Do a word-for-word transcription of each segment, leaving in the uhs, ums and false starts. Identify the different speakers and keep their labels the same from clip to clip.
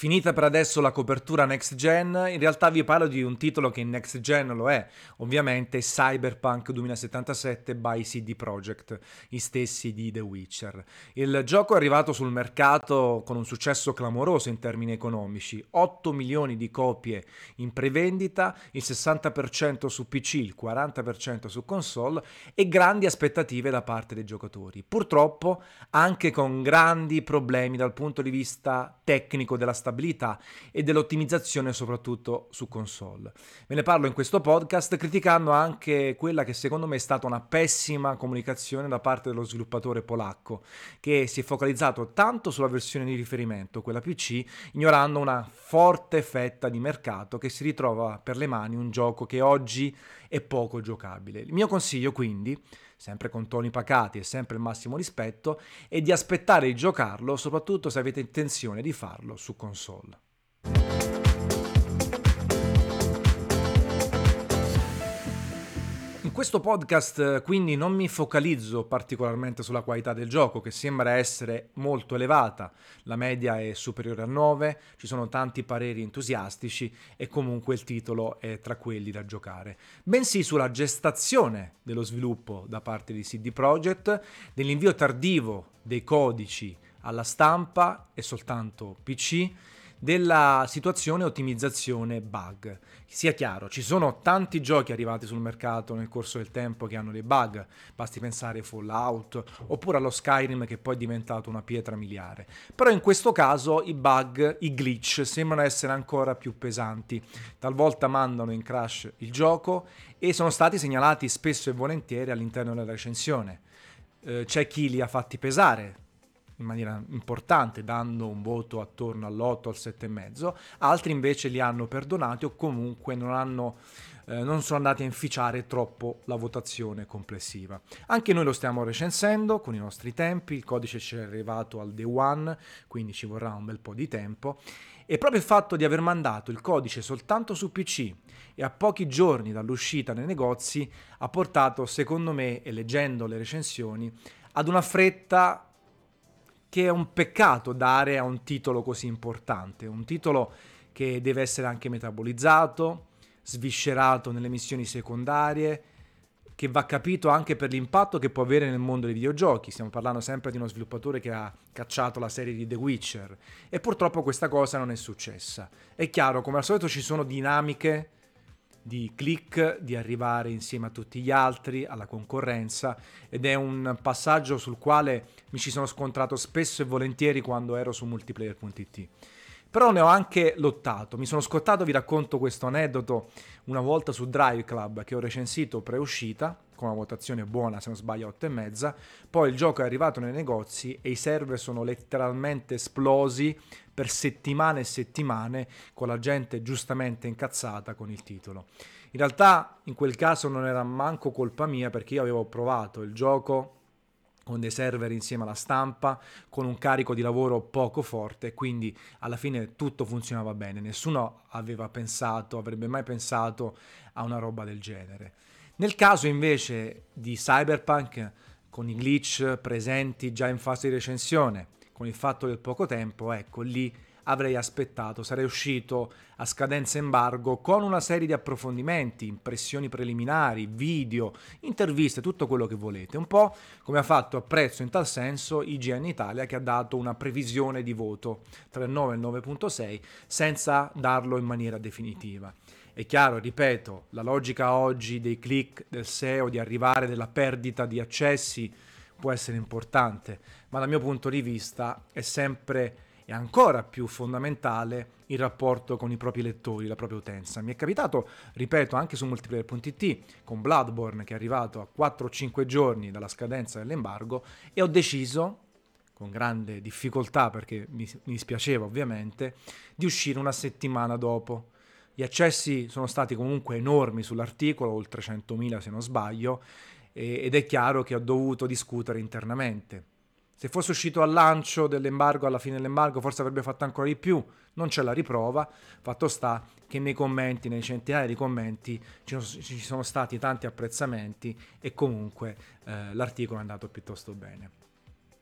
Speaker 1: Finita per adesso la copertura next gen, in realtà vi parlo di un titolo che in next gen lo è, ovviamente Cyberpunk duemilasettantasette by C D Projekt, gli stessi di The Witcher. Il gioco è arrivato sul mercato con un successo clamoroso in termini economici, otto milioni di copie in prevendita, il sessanta per cento su P C, il quaranta per cento su console e grandi aspettative da parte dei giocatori. Purtroppo anche con grandi problemi dal punto di vista tecnico della stabilità e dell'ottimizzazione soprattutto su console. Ve ne parlo in questo podcast criticando anche quella che secondo me è stata una pessima comunicazione da parte dello sviluppatore polacco, che si è focalizzato tanto sulla versione di riferimento, quella P C, ignorando una forte fetta di mercato che si ritrova per le mani un gioco che oggi è poco giocabile. Il mio consiglio quindi, sempre con toni pacati e sempre il massimo rispetto, è di aspettare di giocarlo, soprattutto se avete intenzione di farlo su console. In questo podcast quindi non mi focalizzo particolarmente sulla qualità del gioco, che sembra essere molto elevata, la media è superiore a nove, ci sono tanti pareri entusiastici e comunque il titolo è tra quelli da giocare, bensì sulla gestazione dello sviluppo da parte di C D Projekt, dell'invio tardivo dei codici alla stampa e soltanto P C, della situazione ottimizzazione bug. Sia chiaro, ci sono tanti giochi arrivati sul mercato nel corso del tempo che hanno dei bug, basti pensare a Fallout oppure allo Skyrim che poi è diventato una pietra miliare, però in questo caso i bug, i glitch sembrano essere ancora più pesanti, talvolta mandano in crash il gioco e sono stati segnalati spesso e volentieri all'interno della recensione. Eh, c'è chi li ha fatti pesare in maniera importante, dando un voto attorno all'otto al sette e mezzo, altri invece li hanno perdonati o comunque non hanno eh, non sono andati a inficiare troppo la votazione complessiva. Anche noi lo stiamo recensendo con i nostri tempi, il codice ci è arrivato al day one, quindi ci vorrà un bel po' di tempo, e proprio il fatto di aver mandato il codice soltanto su P C e a pochi giorni dall'uscita nei negozi ha portato, secondo me, e leggendo le recensioni, ad una fretta che è un peccato dare a un titolo così importante, un titolo che deve essere anche metabolizzato, sviscerato nelle missioni secondarie, che va capito anche per l'impatto che può avere nel mondo dei videogiochi. Stiamo parlando sempre di uno sviluppatore che ha cacciato la serie di The Witcher e purtroppo questa cosa non è successa. È chiaro, come al solito ci sono dinamiche di click, di arrivare insieme a tutti gli altri, alla concorrenza, ed è un passaggio sul quale mi ci sono scontrato spesso e volentieri quando ero su multiplayer punto it. Però ne ho anche lottato, mi sono scottato, vi racconto questo aneddoto, una volta su Drive Club che ho recensito pre-uscita, con una votazione buona, se non sbaglio otto e mezza, poi il gioco è arrivato nei negozi e i server sono letteralmente esplosi per settimane e settimane, con la gente giustamente incazzata con il titolo. In realtà in quel caso non era manco colpa mia, perché io avevo provato il gioco con dei server insieme alla stampa, con un carico di lavoro poco forte, quindi alla fine tutto funzionava bene, nessuno aveva pensato, avrebbe mai pensato a una roba del genere. Nel caso invece di Cyberpunk, con i glitch presenti già in fase di recensione, con il fatto del poco tempo, ecco lì avrei aspettato, sarei uscito a scadenza embargo con una serie di approfondimenti, impressioni preliminari, video, interviste, tutto quello che volete, un po' come ha fatto, apprezzo in tal senso, I G N Italia, che ha dato una previsione di voto tra il nove e il nove virgola sei senza darlo in maniera definitiva. È chiaro, ripeto, la logica oggi dei click, del S E O, di arrivare della perdita di accessi può essere importante, ma dal mio punto di vista è sempre e ancora più fondamentale il rapporto con i propri lettori, la propria utenza. Mi è capitato, ripeto, anche su multiplayer punto it, con Bloodborne che è arrivato a quattro o cinque giorni dalla scadenza dell'embargo, e ho deciso, con grande difficoltà perché mi, mi dispiaceva ovviamente, di uscire una settimana dopo. Gli accessi sono stati comunque enormi sull'articolo, oltre centomila se non sbaglio, ed è chiaro che ho dovuto discutere internamente. Se fosse uscito al lancio dell'embargo, alla fine dell'embargo, forse avrebbe fatto ancora di più. Non c'è la riprova. Fatto sta che nei commenti, nei centinaia di commenti, ci sono stati tanti apprezzamenti e comunque eh, l'articolo è andato piuttosto bene.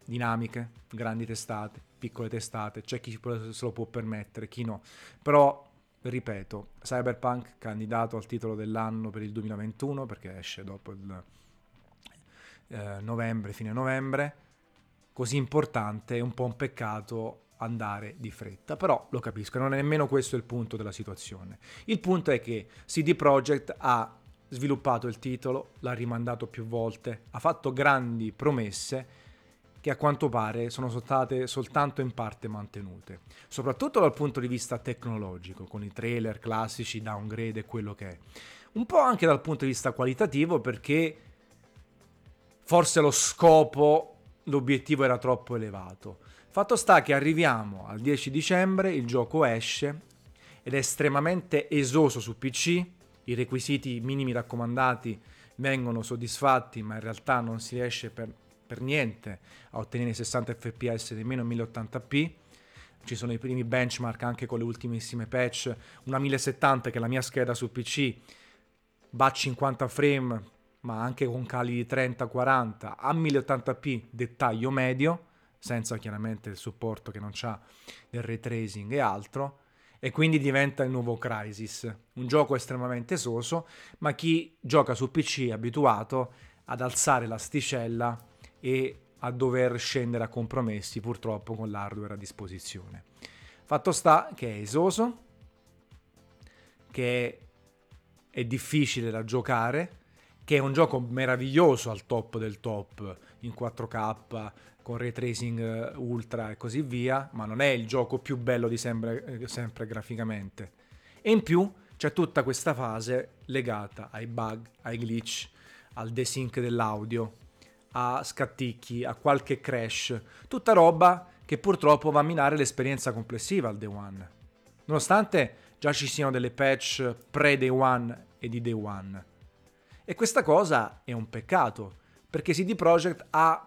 Speaker 1: dinamiche, grandi testate, piccole testate, c'è chi se lo può permettere, chi no. Però, ripeto, Cyberpunk candidato al titolo dell'anno per il duemilaventuno, perché esce dopo il eh, novembre, fine novembre, così importante, è un po' un peccato andare di fretta, però lo capisco, non è nemmeno questo il punto della situazione. Il punto è che C D Projekt ha sviluppato il titolo, l'ha rimandato più volte, ha fatto grandi promesse che a quanto pare sono state soltanto in parte mantenute, soprattutto dal punto di vista tecnologico, con i trailer classici, downgrade e quello che è. Un po' anche dal punto di vista qualitativo, perché forse lo scopo, l'obiettivo era troppo elevato. Fatto sta che arriviamo al dieci dicembre, il gioco esce ed è estremamente esoso su P C, i requisiti minimi raccomandati vengono soddisfatti, ma in realtà non si riesce per, per niente a ottenere sessanta F P S nemmeno mille ottanta p. Ci sono i primi benchmark anche con le ultimissime patch, una mille settanta che è la mia scheda su P C va a cinquanta frame, ma anche con cali di trenta quaranta, a mille ottanta p dettaglio medio, senza chiaramente il supporto che non c'ha del ray tracing e altro, e quindi diventa il nuovo Crysis, un gioco estremamente esoso, ma chi gioca su P C è abituato ad alzare l'asticella e a dover scendere a compromessi purtroppo con l'hardware a disposizione. Fatto sta che è esoso, che è difficile da giocare, che è un gioco meraviglioso al top del top, in quattro K, con ray tracing ultra e così via, ma non è il gioco più bello di sempre, sempre graficamente. E in più c'è tutta questa fase legata ai bug, ai glitch, al desync dell'audio, a scatticchi, a qualche crash, tutta roba che purtroppo va a minare l'esperienza complessiva al day one, nonostante già ci siano delle patch pre-day one e di day one. E questa cosa è un peccato, perché C D Projekt ha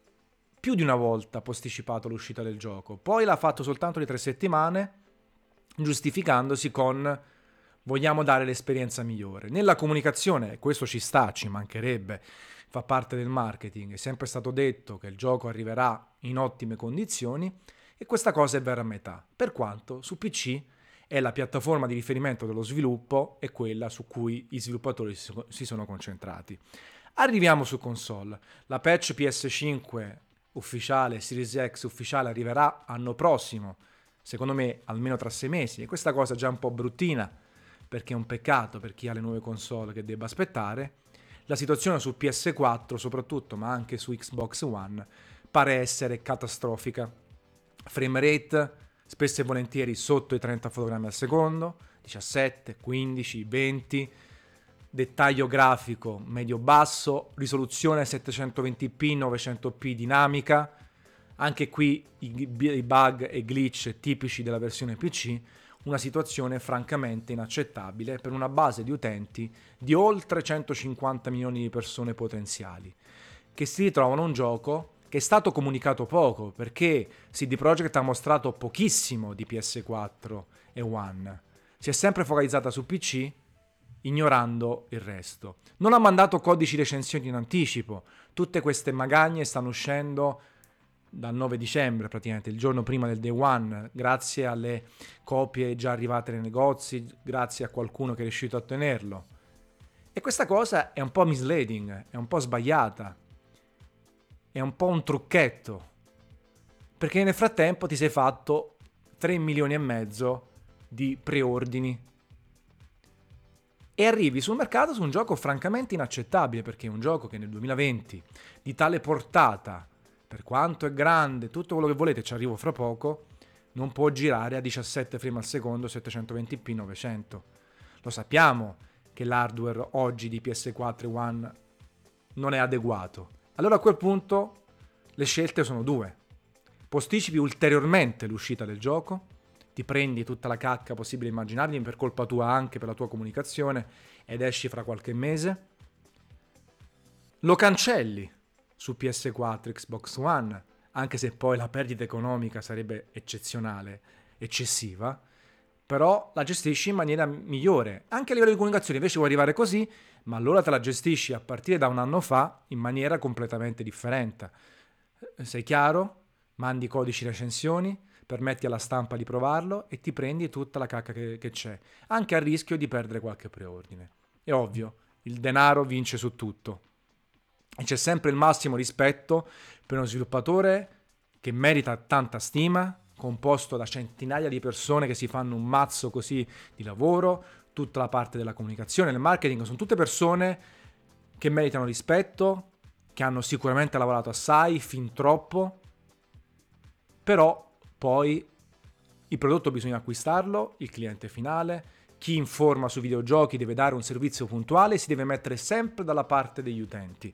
Speaker 1: più di una volta posticipato l'uscita del gioco, poi l'ha fatto soltanto di tre settimane, giustificandosi con vogliamo dare l'esperienza migliore. Nella comunicazione, questo ci sta, ci mancherebbe, fa parte del marketing, è sempre stato detto che il gioco arriverà in ottime condizioni e questa cosa è vera a metà, per quanto su P C è la piattaforma di riferimento dello sviluppo e quella su cui i sviluppatori si sono concentrati. Arriviamo su console. La patch P S cinque ufficiale, Series X ufficiale arriverà anno prossimo, secondo me almeno tra sei mesi, e questa cosa è già un po' bruttina, perché è un peccato per chi ha le nuove console che debba aspettare. La situazione su P S quattro soprattutto, ma anche su Xbox One, pare essere catastrofica. Frame rate spesso e volentieri sotto i trenta fotogrammi al secondo, diciassette, quindici, venti, dettaglio grafico medio-basso, risoluzione settecentoventi p, novecento p dinamica, anche qui i bug e glitch tipici della versione P C, una situazione francamente inaccettabile per una base di utenti di oltre centocinquanta milioni di persone potenziali, che si ritrovano un gioco che è stato comunicato poco, perché C D Projekt ha mostrato pochissimo di P S quattro e One. Si è sempre focalizzata su P C, ignorando il resto. Non ha mandato codici recensioni in anticipo. Tutte queste magagne stanno uscendo dal nove dicembre, praticamente il giorno prima del day one, grazie alle copie già arrivate nei negozi, grazie a qualcuno che è riuscito a ottenerlo. E questa cosa è un po' misleading, è un po' sbagliata, è un po' un trucchetto, perché nel frattempo ti sei fatto tre milioni e mezzo di preordini e arrivi sul mercato su un gioco francamente inaccettabile, perché è un gioco che nel duemilaventi di tale portata, per quanto è grande, tutto quello che volete, ci arrivo fra poco, non può girare a diciassette frame al secondo, settecentoventi p, novecento. Lo sappiamo che l'hardware oggi di P S quattro e One non è adeguato. Allora a quel punto le scelte sono due. Posticipi ulteriormente l'uscita del gioco, ti prendi tutta la cacca possibile e immaginabile per colpa tua, anche per la tua comunicazione, ed esci fra qualche mese. Lo cancelli su P S quattro, Xbox One, anche se poi la perdita economica sarebbe eccezionale, eccessiva, però la gestisci in maniera migliore. Anche a livello di comunicazione invece vuoi arrivare così, ma allora te la gestisci a partire da un anno fa in maniera completamente differente. sei chiaro, mandi codici recensioni, permetti alla stampa di provarlo e ti prendi tutta la cacca che, che c'è, anche a rischio di perdere qualche preordine. È ovvio, il denaro vince su tutto. E c'è sempre il massimo rispetto per uno sviluppatore che merita tanta stima, composto da centinaia di persone che si fanno un mazzo così di lavoro, tutta la parte della comunicazione, del marketing, sono tutte persone che meritano rispetto, che hanno sicuramente lavorato assai, fin troppo, però poi il prodotto bisogna acquistarlo, il cliente finale, chi informa su videogiochi deve dare un servizio puntuale, si deve mettere sempre dalla parte degli utenti.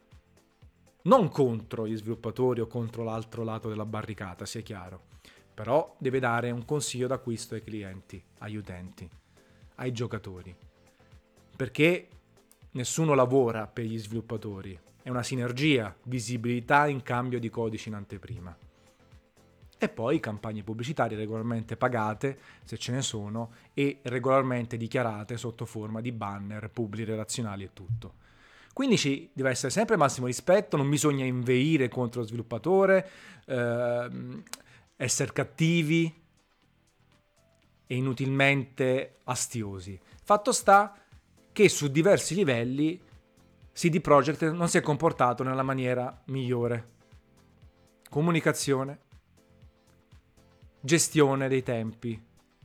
Speaker 1: Non contro gli sviluppatori o contro l'altro lato della barricata, sia chiaro, però deve dare un consiglio d'acquisto ai clienti, agli utenti, ai giocatori, perché nessuno lavora per gli sviluppatori, è una sinergia, visibilità in cambio di codici in anteprima. E poi campagne pubblicitarie regolarmente pagate, se ce ne sono, e regolarmente dichiarate sotto forma di banner, pubblici relazionali e tutto. Quindi ci deve essere sempre massimo rispetto, non bisogna inveire contro lo sviluppatore, ehm, essere cattivi e inutilmente astiosi. Fatto sta che su diversi livelli C D Projekt non si è comportato nella maniera migliore. Comunicazione, gestione dei tempi,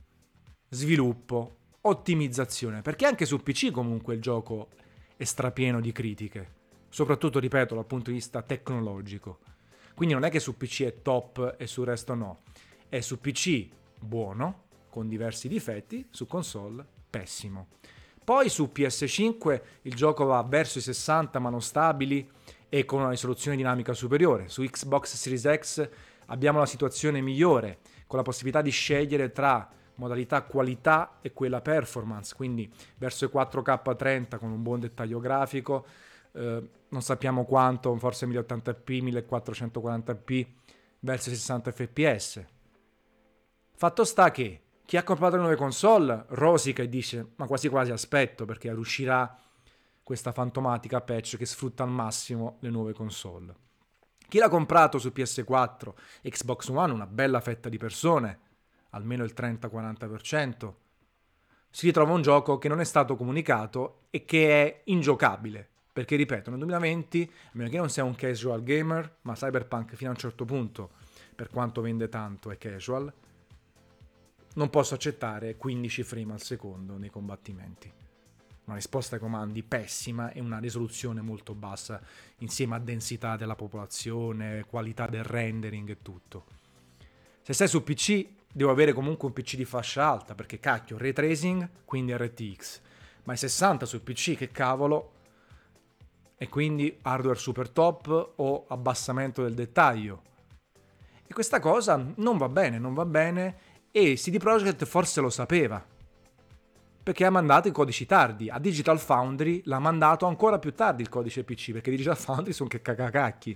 Speaker 1: sviluppo, ottimizzazione, perché anche su P C comunque il gioco è strapieno di critiche, soprattutto, ripeto, dal punto di vista tecnologico. Quindi non è che su P C è top e sul resto no, è su P C buono, con diversi difetti, su console pessimo. Poi su P S cinque il gioco va verso i sessanta ma non stabili e con una risoluzione dinamica superiore. Su Xbox Series X abbiamo la situazione migliore, con la possibilità di scegliere tra modalità qualità e quella performance, quindi verso i quattro K trenta con un buon dettaglio grafico, eh, non sappiamo quanto, forse mille ottanta p, millequattrocentoquaranta p verso i sessanta F P S. Fatto sta che chi ha comprato le nuove console rosica e dice ma quasi quasi aspetto perché uscirà questa fantomatica patch che sfrutta al massimo le nuove console. Chi l'ha comprato su P S quattro, Xbox One, una bella fetta di persone, almeno il trenta quaranta per cento, si ritrova un gioco che non è stato comunicato e che è ingiocabile. Perché, ripeto, nel duemilaventi, a meno che non sia un casual gamer, ma Cyberpunk fino a un certo punto, per quanto vende tanto, è casual, non posso accettare quindici frame al secondo nei combattimenti. Una risposta ai comandi pessima e una risoluzione molto bassa, insieme a densità della popolazione, qualità del rendering e tutto. Se sei su P C, devo avere comunque un P C di fascia alta, perché cacchio, ray tracing, quindi R T X. Ma i sessanta su P C, che cavolo, e quindi hardware super top o abbassamento del dettaglio. E questa cosa non va bene, non va bene, e C D Projekt forse lo sapeva, perché ha mandato i codici tardi. A Digital Foundry l'ha mandato ancora più tardi il codice P C, perché Digital Foundry sono che cacacacchi.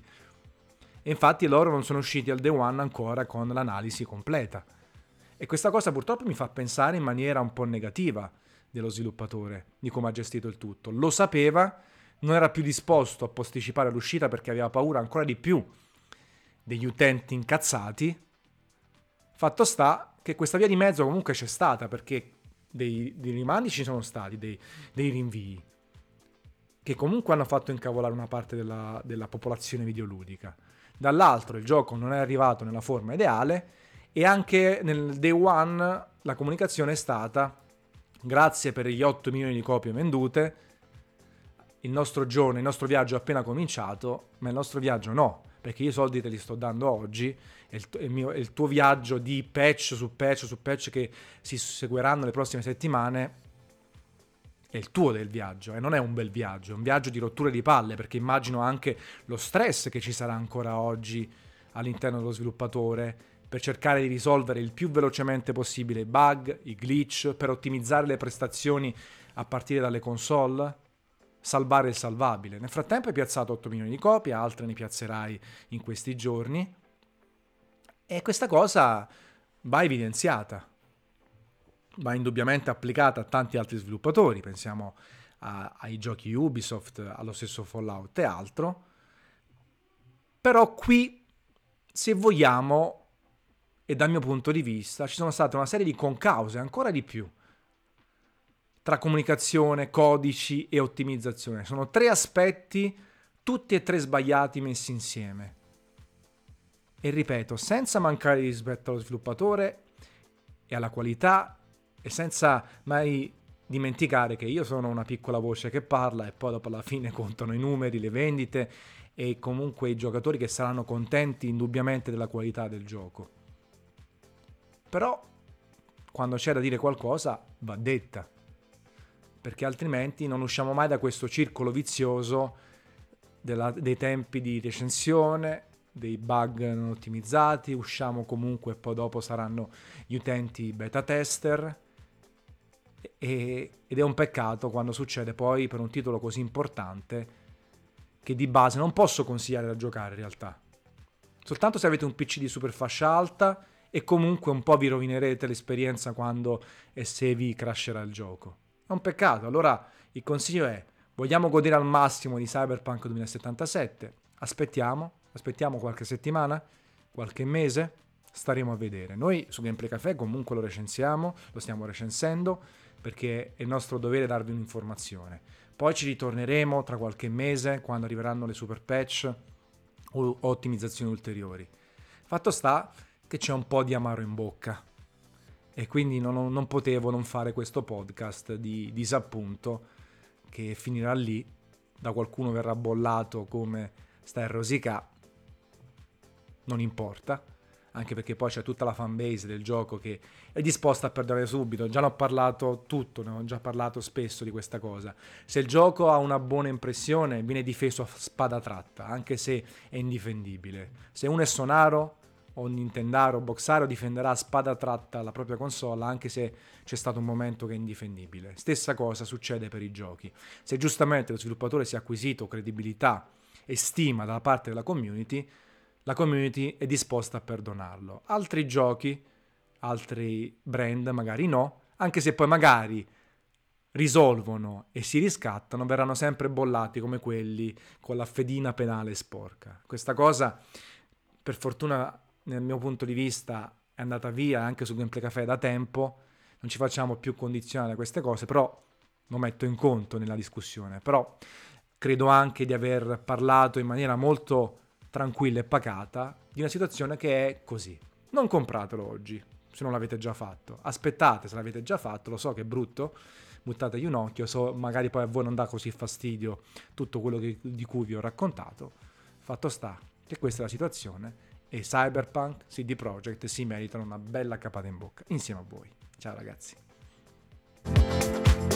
Speaker 1: E infatti loro non sono usciti al day one ancora con l'analisi completa. E questa cosa purtroppo mi fa pensare in maniera un po' negativa dello sviluppatore, di come ha gestito il tutto. Lo sapeva, non era più disposto a posticipare l'uscita perché aveva paura ancora di più degli utenti incazzati. Fatto sta che questa via di mezzo comunque c'è stata, perché dei, dei rimandi ci sono stati, dei, dei rinvii, che comunque hanno fatto incavolare una parte della, della popolazione videoludica. Dall'altro il gioco non è arrivato nella forma ideale e anche nel day one la comunicazione è stata: grazie per gli otto milioni di copie vendute, il nostro giorno, il nostro viaggio è appena cominciato, ma il nostro viaggio no, perché io i soldi te li sto dando oggi e il, il, mio, il tuo viaggio di patch su patch su patch che si seguiranno le prossime settimane è il tuo del viaggio, e non è un bel viaggio, è un viaggio di rotture di palle, perché immagino anche lo stress che ci sarà ancora oggi all'interno dello sviluppatore per cercare di risolvere il più velocemente possibile i bug, i glitch, per ottimizzare le prestazioni a partire dalle console, salvare il salvabile. Nel frattempo hai piazzato otto milioni di copie, altre ne piazzerai in questi giorni, e questa cosa va evidenziata, va indubbiamente applicata a tanti altri sviluppatori, pensiamo a, ai giochi Ubisoft, allo stesso Fallout e altro, Però qui, se vogliamo, e dal mio punto di vista, ci sono state una serie di concause, ancora di più, tra comunicazione, codici e ottimizzazione. Sono tre aspetti, tutti e tre sbagliati messi insieme. E ripeto, senza mancare di rispetto allo sviluppatore e alla qualità, e senza mai dimenticare che io sono una piccola voce che parla e poi dopo alla fine contano i numeri, le vendite e comunque i giocatori che saranno contenti indubbiamente della qualità del gioco. Però quando c'è da dire qualcosa va detta, perché altrimenti non usciamo mai da questo circolo vizioso della, dei tempi di recensione, dei bug non ottimizzati, usciamo comunque e poi dopo saranno gli utenti beta tester, e, ed è un peccato quando succede poi per un titolo così importante che di base non posso consigliare da giocare in realtà, soltanto se avete un P C di super fascia alta e comunque un po' vi rovinerete l'esperienza quando e se vi crasherà il gioco. È un peccato. Allora il consiglio è: vogliamo godere al massimo di Cyberpunk duemilasettantasette? Aspettiamo, aspettiamo qualche settimana, qualche mese, staremo a vedere. Noi su Gameplay Café comunque lo recensiamo, lo stiamo recensendo, perché è il nostro dovere darvi un'informazione. Poi ci ritorneremo tra qualche mese, quando arriveranno le super patch o ottimizzazioni ulteriori. Fatto sta che c'è un po' di amaro in bocca e quindi non, non potevo non fare questo podcast di disappunto che finirà lì, da qualcuno verrà bollato come sta a rosicà, non importa, anche perché poi c'è tutta la fanbase del gioco che è disposta a perdere subito. Già ne ho parlato tutto, ne ho già parlato spesso di questa cosa. Se il gioco ha una buona impressione viene difeso a spada tratta, anche se è indifendibile. Se uno è Sonaro o Nintendaro o Boxaro difenderà a spada tratta la propria console anche se c'è stato un momento che è indifendibile. Stessa cosa succede per i giochi. Se giustamente lo sviluppatore si è acquisito credibilità e stima da parte della community, la community è disposta a perdonarlo. Altri giochi, altri brand magari no, anche se poi magari risolvono e si riscattano, verranno sempre bollati come quelli con la fedina penale sporca. Questa cosa, per fortuna, nel mio punto di vista, è andata via anche su Gameplay Café da tempo, non ci facciamo più condizionare a queste cose, però lo metto in conto nella discussione. Però credo anche di aver parlato in maniera molto tranquilla e pacata di una situazione che è così. Non compratelo oggi se non l'avete già fatto, aspettate se l'avete già fatto, lo so che è brutto, buttategli un occhio, so, magari poi a voi non dà così fastidio tutto quello che, di cui vi ho raccontato. Fatto sta che questa è la situazione e Cyberpunk, C D Projekt si meritano una bella capata in bocca insieme a voi. Ciao ragazzi.